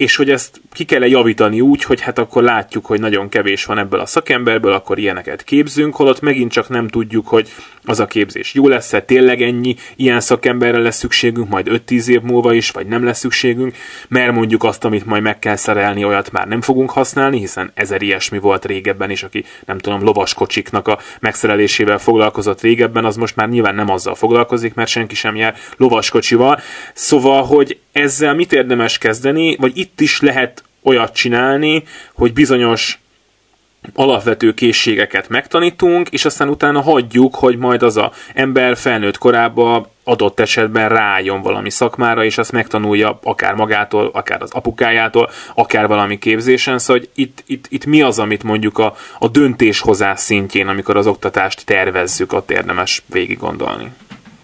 Speaker 5: és hogy ezt ki kell javítani úgy, hogy hát akkor látjuk, hogy nagyon kevés van ebből a szakemberből, akkor ilyeneket képzünk, holott megint csak nem tudjuk, hogy az a képzés jó lesz-e, tényleg ennyi ilyen szakemberre lesz szükségünk, majd 5-10 év múlva is, vagy nem lesz szükségünk, mert mondjuk azt, amit majd meg kell szerelni, olyat már nem fogunk használni, hiszen 1000 ilyesmi volt régebben is, aki nem tudom, lovaskocsiknak a megszerelésével foglalkozott régebben, az most már nyilván nem azzal foglalkozik, mert senki sem jár lovaskocsival. Szóval, hogy ezzel mit érdemes kezdeni, vagy itt is lehet olyat csinálni, hogy bizonyos alapvető készségeket megtanítunk, és aztán utána hagyjuk, hogy majd az a ember felnőtt korában adott esetben rájön valami szakmára, és azt megtanulja akár magától, akár az apukájától, akár valami képzésen. Szóval itt mi az, amit mondjuk a döntéshozás szintjén, amikor az oktatást tervezzük, ott érdemes végig gondolni?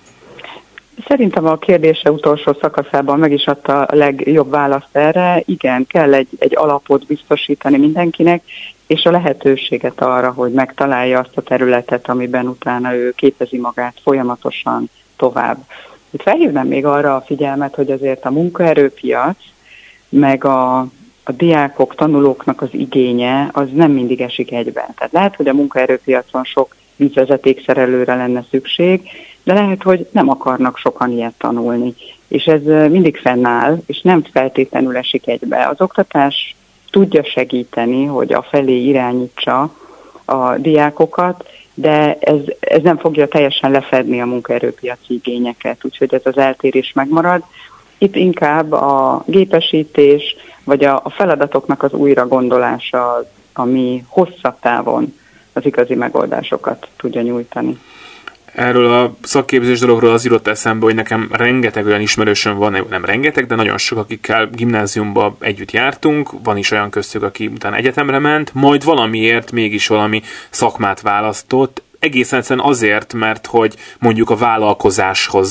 Speaker 4: Szerintem a kérdése utolsó szakaszában meg is adta a legjobb választ erre. Igen, kell egy alapot biztosítani mindenkinek, és a lehetőséget arra, hogy megtalálja azt a területet, amiben utána ő képezi magát folyamatosan tovább. Itt felhívnám még arra a figyelmet, hogy azért a munkaerőpiac, meg a diákok, tanulóknak az igénye, az nem mindig esik egyben. Tehát lehet, hogy a munkaerőpiacon sok vízvezetékszerelőre lenne szükség, de lehet, hogy nem akarnak sokan ilyet tanulni. És ez mindig fennáll, és nem feltétlenül esik egybe. Az oktatás tudja segíteni, hogy afelé irányítsa a diákokat, de ez nem fogja teljesen lefedni a munkaerőpiaci igényeket, úgyhogy ez az eltérés megmarad. Itt inkább a gépesítés, vagy a feladatoknak az újragondolása, ami hosszabb távon az igazi megoldásokat tudja nyújtani.
Speaker 5: Erről a szakképzés dologról az jutott eszembe, hogy nekem rengeteg olyan ismerősöm van, nem rengeteg, de nagyon sok, akikkel gimnáziumba együtt jártunk, van is olyan köztük, aki utána egyetemre ment, majd valamiért mégis valami szakmát választott, egészen egyszerűen azért, mert hogy mondjuk a vállalkozáshoz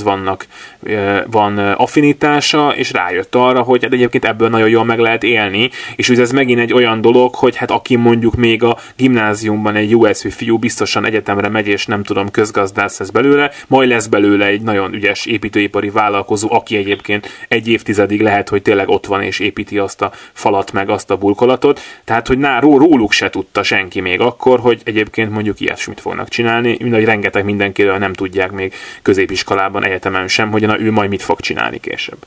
Speaker 5: van affinitása, és rájött arra, hogy hát egyébként ebből nagyon jól meg lehet élni, és ugye ez megint egy olyan dolog, hogy hát aki mondjuk még a gimnáziumban egy jó eszű fiú biztosan egyetemre megy, és nem tudom, közgazdász lesz belőle, majd lesz belőle egy nagyon ügyes építőipari vállalkozó, aki egyébként egy évtizedig lehet, hogy tényleg ott van, és építi azt a falat, meg azt a burkolatot, tehát hogy róluk se tudta senki még akkor, hogy egyébként mondjuk ilyesmit fognak csinálni, mindegy, rengeteg mindenkiről nem tudják még középiskolában, egyetemen sem, hogy ő majd mit fog csinálni később.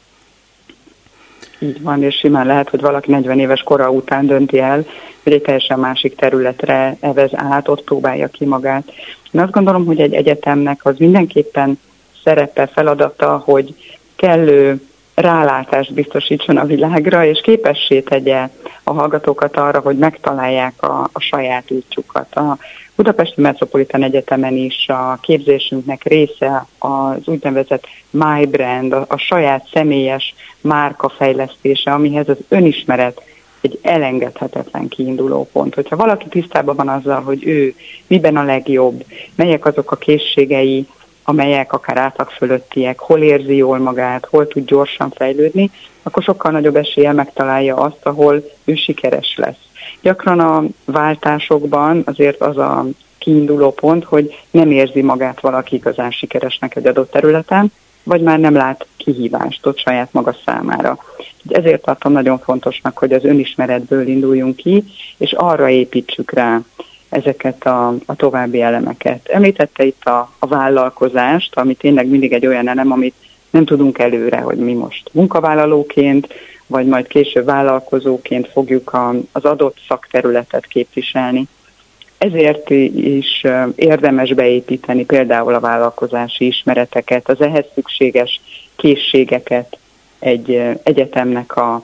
Speaker 4: Így van, és simán lehet, hogy valaki 40 éves kora után dönti el, hogy egy teljesen másik területre evez át, ott próbálja ki magát. Én azt gondolom, hogy egy egyetemnek az mindenképpen szerepe, feladata, hogy kellő rálátást biztosítson a világra, és képessé tegye a hallgatókat arra, hogy megtalálják a saját útjukat. A Budapesti Metropolitán Egyetemen is a képzésünknek része az úgynevezett My Brand, a saját személyes márka fejlesztése, amihez az önismeret egy elengedhetetlen kiinduló pont. Hogyha valaki tisztában van azzal, hogy ő miben a legjobb, melyek azok a készségei, amelyek akár átlag fölöttiek, hol érzi jól magát, hol tud gyorsan fejlődni, akkor sokkal nagyobb eséllyel megtalálja azt, ahol ő sikeres lesz. Gyakran a váltásokban azért az a kiinduló pont, hogy nem érzi magát valaki igazán sikeresnek egy adott területen, vagy már nem lát kihívást ott saját maga számára. Ezért tartom nagyon fontosnak, hogy az önismeretből induljunk ki, és arra építsük rá ezeket a további elemeket. Említette itt a vállalkozást, ami tényleg mindig egy olyan elem, amit nem tudunk előre, hogy mi most munkavállalóként, vagy majd később vállalkozóként fogjuk az adott szakterületet képviselni. Ezért is érdemes beépíteni például a vállalkozási ismereteket, az ehhez szükséges készségeket egy egyetemnek a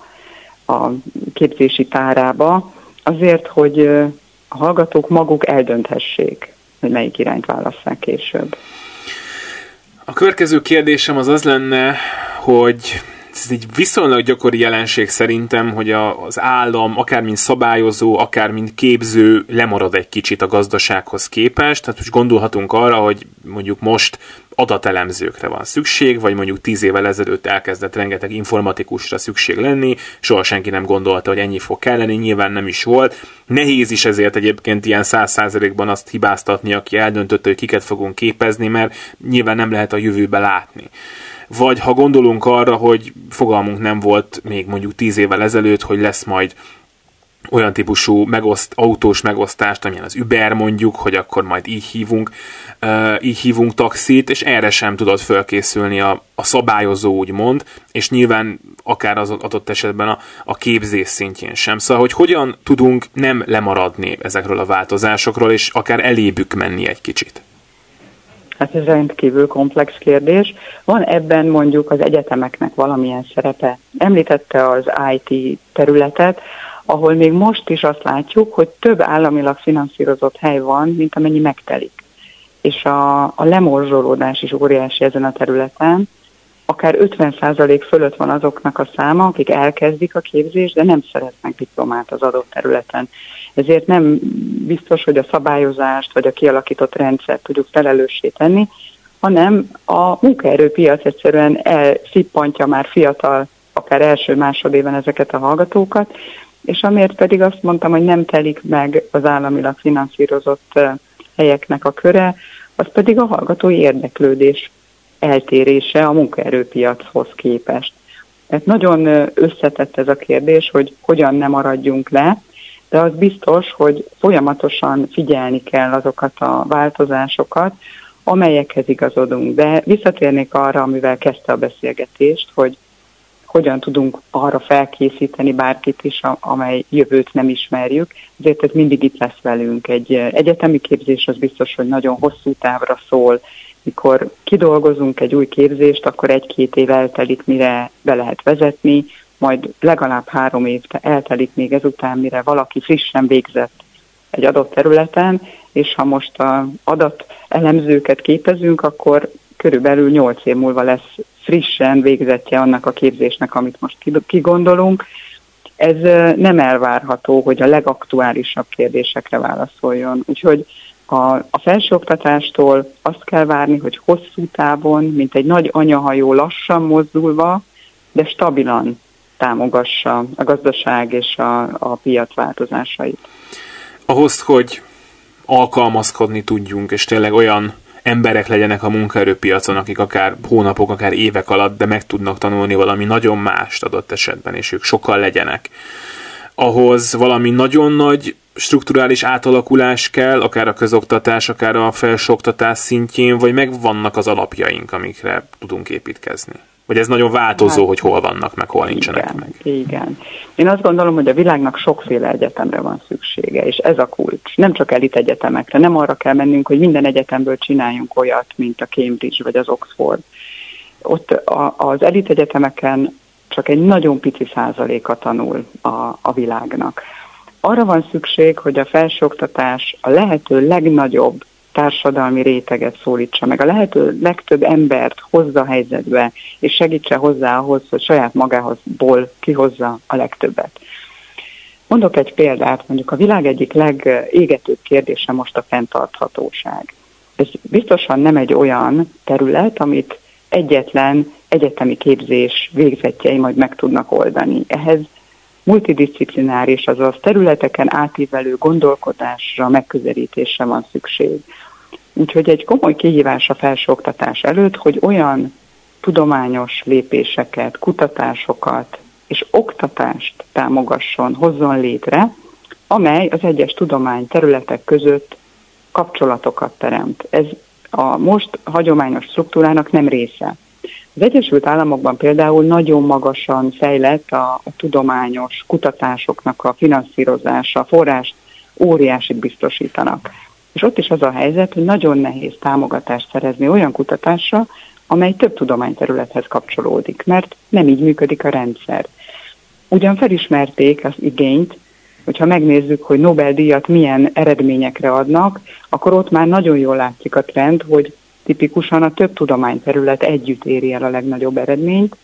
Speaker 4: képzési tárába, azért, hogy a hallgatók maguk eldönthessék, hogy melyik irányt válasszák később.
Speaker 5: A következő kérdésem az lenne, hogy ez egy viszonylag gyakori jelenség szerintem, hogy az állam akár mint szabályozó, akár mint képző lemarad egy kicsit a gazdasághoz képest. Tehát most gondolhatunk arra, hogy mondjuk most adatelemzőkre van szükség, vagy mondjuk 10 évvel ezelőtt elkezdett rengeteg informatikusra szükség lenni, soha senki nem gondolta, hogy ennyi fog kelleni, nyilván nem is volt. Nehéz is ezért egyébként ilyen 100%-ban azt hibáztatni, aki eldöntötte, hogy kiket fogunk képezni, mert nyilván nem lehet a jövőbe látni. vagy ha gondolunk arra, hogy fogalmunk nem volt még mondjuk 10 évvel ezelőtt, hogy lesz majd olyan típusú autós megosztást, amilyen az Uber mondjuk, hogy akkor majd így hívunk taxit, és erre sem tudott felkészülni a szabályozó, úgymond, és nyilván akár az adott esetben a képzés szintjén sem. Szóval, hogy hogyan tudunk nem lemaradni ezekről a változásokról, és akár elébük menni egy kicsit?
Speaker 4: Hát ez rendkívül komplex kérdés. Van ebben mondjuk az egyetemeknek valamilyen szerepe. Említette az IT területet, ahol még most is azt látjuk, hogy több államilag finanszírozott hely van, mint amennyi megtelik. És a lemorzsolódás is óriási ezen a területen, akár 50% fölött van azoknak a száma, akik elkezdik a képzést, de nem szereznek diplomát az adott területen. Ezért nem biztos, hogy a szabályozást vagy a kialakított rendszert tudjuk felelőssé tenni, hanem a munkaerőpiac egyszerűen elszippantja már fiatal, akár első-másodéven ezeket a hallgatókat, és amiért pedig azt mondtam, hogy nem telik meg az államilag finanszírozott helyeknek a köre, az pedig a hallgatói érdeklődés eltérése a munkaerőpiachoz képest. Tehát nagyon összetett ez a kérdés, hogy hogyan nem maradjunk le, de az biztos, hogy folyamatosan figyelni kell azokat a változásokat, amelyekhez igazodunk. De visszatérnék arra, amivel kezdte a beszélgetést, hogy hogyan tudunk arra felkészíteni bárkit is, amely jövőt nem ismerjük. Ezért ez mindig itt lesz velünk. Egy egyetemi képzés az biztos, hogy nagyon hosszú távra szól. Mikor kidolgozunk egy új képzést, akkor 1-2 év eltelik, mire be lehet vezetni, majd legalább 3 év eltelik még ezután, mire valaki frissen végzett egy adott területen, és ha most az adatelemzőket képezünk, akkor körülbelül 8 év múlva lesz frissen végzettje annak a képzésnek, amit most kigondolunk. Ez nem elvárható, hogy a legaktuálisabb kérdésekre válaszoljon. Úgyhogy a felsőoktatástól azt kell várni, hogy hosszú távon, mint egy nagy anyahajó lassan mozdulva, de stabilan támogassa a gazdaság és a piac változásait.
Speaker 5: Ahhoz, hogy alkalmazkodni tudjunk, és tényleg olyan emberek legyenek a munkaerőpiacon, akik akár hónapok, akár évek alatt, de meg tudnak tanulni valami nagyon mást adott esetben, és ők sokkal legyenek. Ahhoz valami nagyon nagy strukturális átalakulás kell, akár a közoktatás, akár a felsőoktatás szintjén, vagy megvannak az alapjaink, amikre tudunk építkezni. Vagy ez nagyon változó, hogy hol vannak, meg hol nincsenek
Speaker 4: igen,
Speaker 5: meg.
Speaker 4: Igen. Én azt gondolom, hogy a világnak sokféle egyetemre van szüksége, és ez a kulcs. Nem csak elit egyetemekre, nem arra kell mennünk, hogy minden egyetemből csináljunk olyat, mint a Cambridge vagy az Oxford. Ott az elit egyetemeken csak egy nagyon pici százaléka tanul a világnak. Arra van szükség, hogy a felsőoktatás a lehető legnagyobb társadalmi réteget szólítsa meg, a lehető legtöbb embert hozza a helyzetbe, és segítse hozzá ahhoz, hogy saját magából kihozza a legtöbbet. Mondok egy példát, mondjuk a világ egyik legégetőbb kérdése most a fenntarthatóság. Ez biztosan nem egy olyan terület, amit egyetlen egyetemi képzés végzettjei majd meg tudnak oldani. Ehhez multidisciplináris, azaz területeken átívelő gondolkodásra, megközelítésre van szükség. Úgyhogy egy komoly kihívás a felsőoktatás előtt, hogy olyan tudományos lépéseket, kutatásokat és oktatást támogasson, hozzon létre, amely az egyes tudományterületek között kapcsolatokat teremt. Ez a most hagyományos struktúrának nem része. Az Egyesült Államokban például nagyon magasan fejlett a tudományos kutatásoknak a finanszírozása, a forrást óriásit biztosítanak. És ott is az a helyzet, hogy nagyon nehéz támogatást szerezni olyan kutatásra, amely több tudományterülethez kapcsolódik, mert nem így működik a rendszer. Ugyan felismerték az igényt, hogyha megnézzük, hogy Nobel-díjat milyen eredményekre adnak, akkor ott már nagyon jól látszik a trend, hogy tipikusan a több tudományterület együtt éri el a legnagyobb eredményt,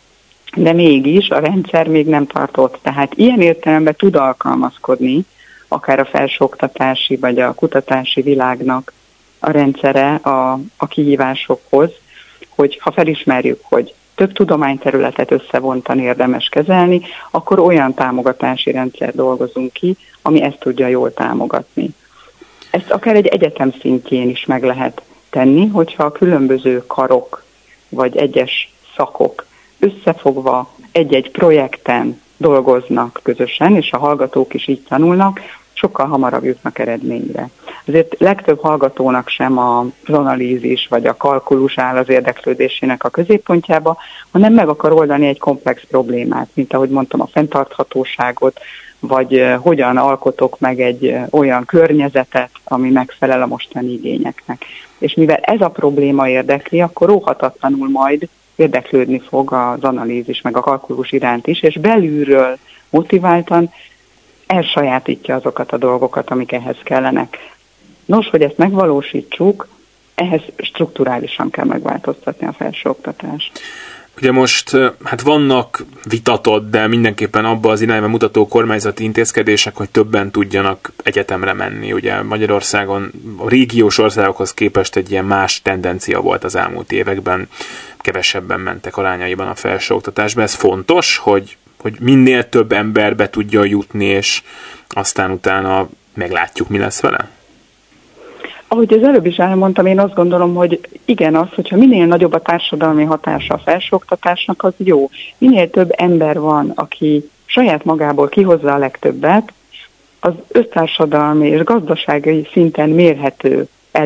Speaker 4: de mégis a rendszer még nem tartott. Tehát ilyen értelemben tud alkalmazkodni akár a felsőoktatási vagy a kutatási világnak a rendszere a kihívásokhoz, hogy ha felismerjük, hogy több tudományterületet összevontani érdemes kezelni, akkor olyan támogatási rendszer dolgozunk ki, ami ezt tudja jól támogatni. Ezt akár egy egyetem szintjén is meg lehet tenni, hogyha a különböző karok vagy egyes szakok összefogva egy-egy projekten dolgoznak közösen, és a hallgatók is így tanulnak, sokkal hamarabb jutnak eredményre. Azért legtöbb hallgatónak sem az analízis vagy a kalkulus áll az érdeklődésének a középpontjába, hanem meg akar oldani egy komplex problémát, mint ahogy mondtam, a fenntarthatóságot, vagy hogyan alkotok meg egy olyan környezetet, ami megfelel a mostani igényeknek. És mivel ez a probléma érdekli, akkor óhatatlanul majd érdeklődni fog az analízis meg a kalkulus iránt is, és belülről motiváltan elsajátítja azokat a dolgokat, amik ehhez kellenek. Nos, hogy ezt megvalósítsuk, ehhez strukturálisan kell megváltoztatni a felsőoktatást.
Speaker 5: Ugye most hát vannak vitatott, de mindenképpen abba az irányba mutató kormányzati intézkedések, hogy többen tudjanak egyetemre menni. Ugye Magyarországon a régiós országokhoz képest egy ilyen más tendencia volt az elmúlt években, kevesebben mentek arányaiban a felsőoktatásba. Ez fontos, hogy minél több ember be tudja jutni, és aztán utána meglátjuk, mi lesz vele?
Speaker 4: Ahogy az előbb is elmondtam, én azt gondolom, hogy igen, az, hogyha minél nagyobb a társadalmi hatása a felsőoktatásnak, az jó. Minél több ember van, aki saját magából kihozza a legtöbbet, az össztársadalmi és gazdasági szinten mérhető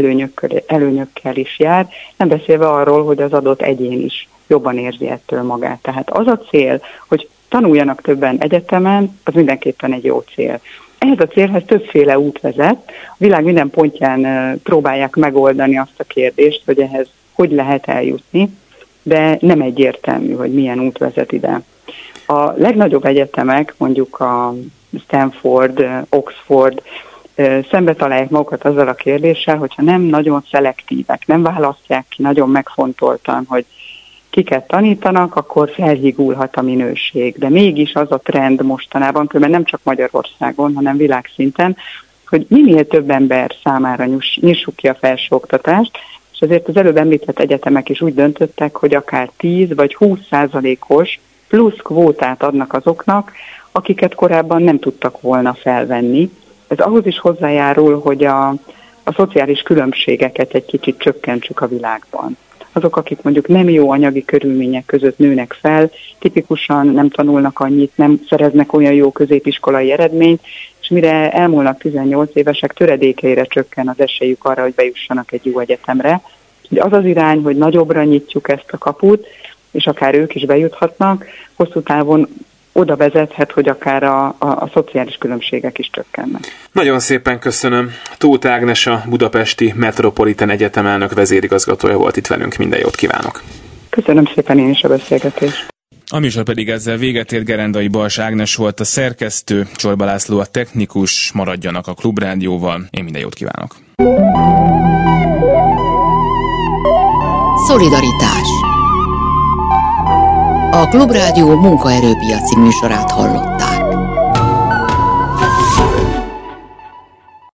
Speaker 4: előnyökkel is jár, nem beszélve arról, hogy az adott egyén is jobban érzi ettől magát. Tehát az a cél, hogy tanuljanak többen egyetemen, az mindenképpen egy jó cél. Ehhez a célhez többféle út vezet. A világ minden pontján próbálják megoldani azt a kérdést, hogy ehhez hogy lehet eljutni, de nem egyértelmű, hogy milyen út vezet ide. A legnagyobb egyetemek, mondjuk a Stanford, Oxford, szembe találják magukat azzal a kérdéssel, hogyha nem nagyon szelektívek, nem választják ki nagyon megfontoltan, hogy kiket tanítanak, akkor felhígulhat a minőség. De mégis az a trend mostanában, különben nem csak Magyarországon, hanem világszinten, hogy minél több ember számára nyissuk ki a felsőoktatást, és azért az előbb említett egyetemek is úgy döntöttek, hogy akár 10 vagy 20%-os plusz kvótát adnak azoknak, akiket korábban nem tudtak volna felvenni. Ez ahhoz is hozzájárul, hogy a szociális különbségeket egy kicsit csökkentsük a világban. Azok, akik mondjuk nem jó anyagi körülmények között nőnek fel, tipikusan nem tanulnak annyit, nem szereznek olyan jó középiskolai eredményt, és mire elmúlnak 18 évesek, töredékeire csökken az esélyük arra, hogy bejussanak egy jó egyetemre. Az az irány, hogy nagyobbra nyitjuk ezt a kaput, és akár ők is bejuthatnak, hosszú távon oda vezethet, hogy akár a szociális különbségek is csökkennek.
Speaker 5: Nagyon szépen köszönöm. Tóth Ágnes, a Budapesti Metropolitan Egyetem elnök vezérigazgatója volt itt velünk. Minden jót kívánok!
Speaker 4: Köszönöm szépen én is a beszélgetést.
Speaker 2: A műsor pedig ezzel véget ért. Gerendai Bals Ágnes volt a szerkesztő, Csorba László a technikus. Maradjanak a Klubrádióval. Én minden jót kívánok!
Speaker 1: Szolidaritás. A Klubrádió munkaerőpiaci műsorát hallott.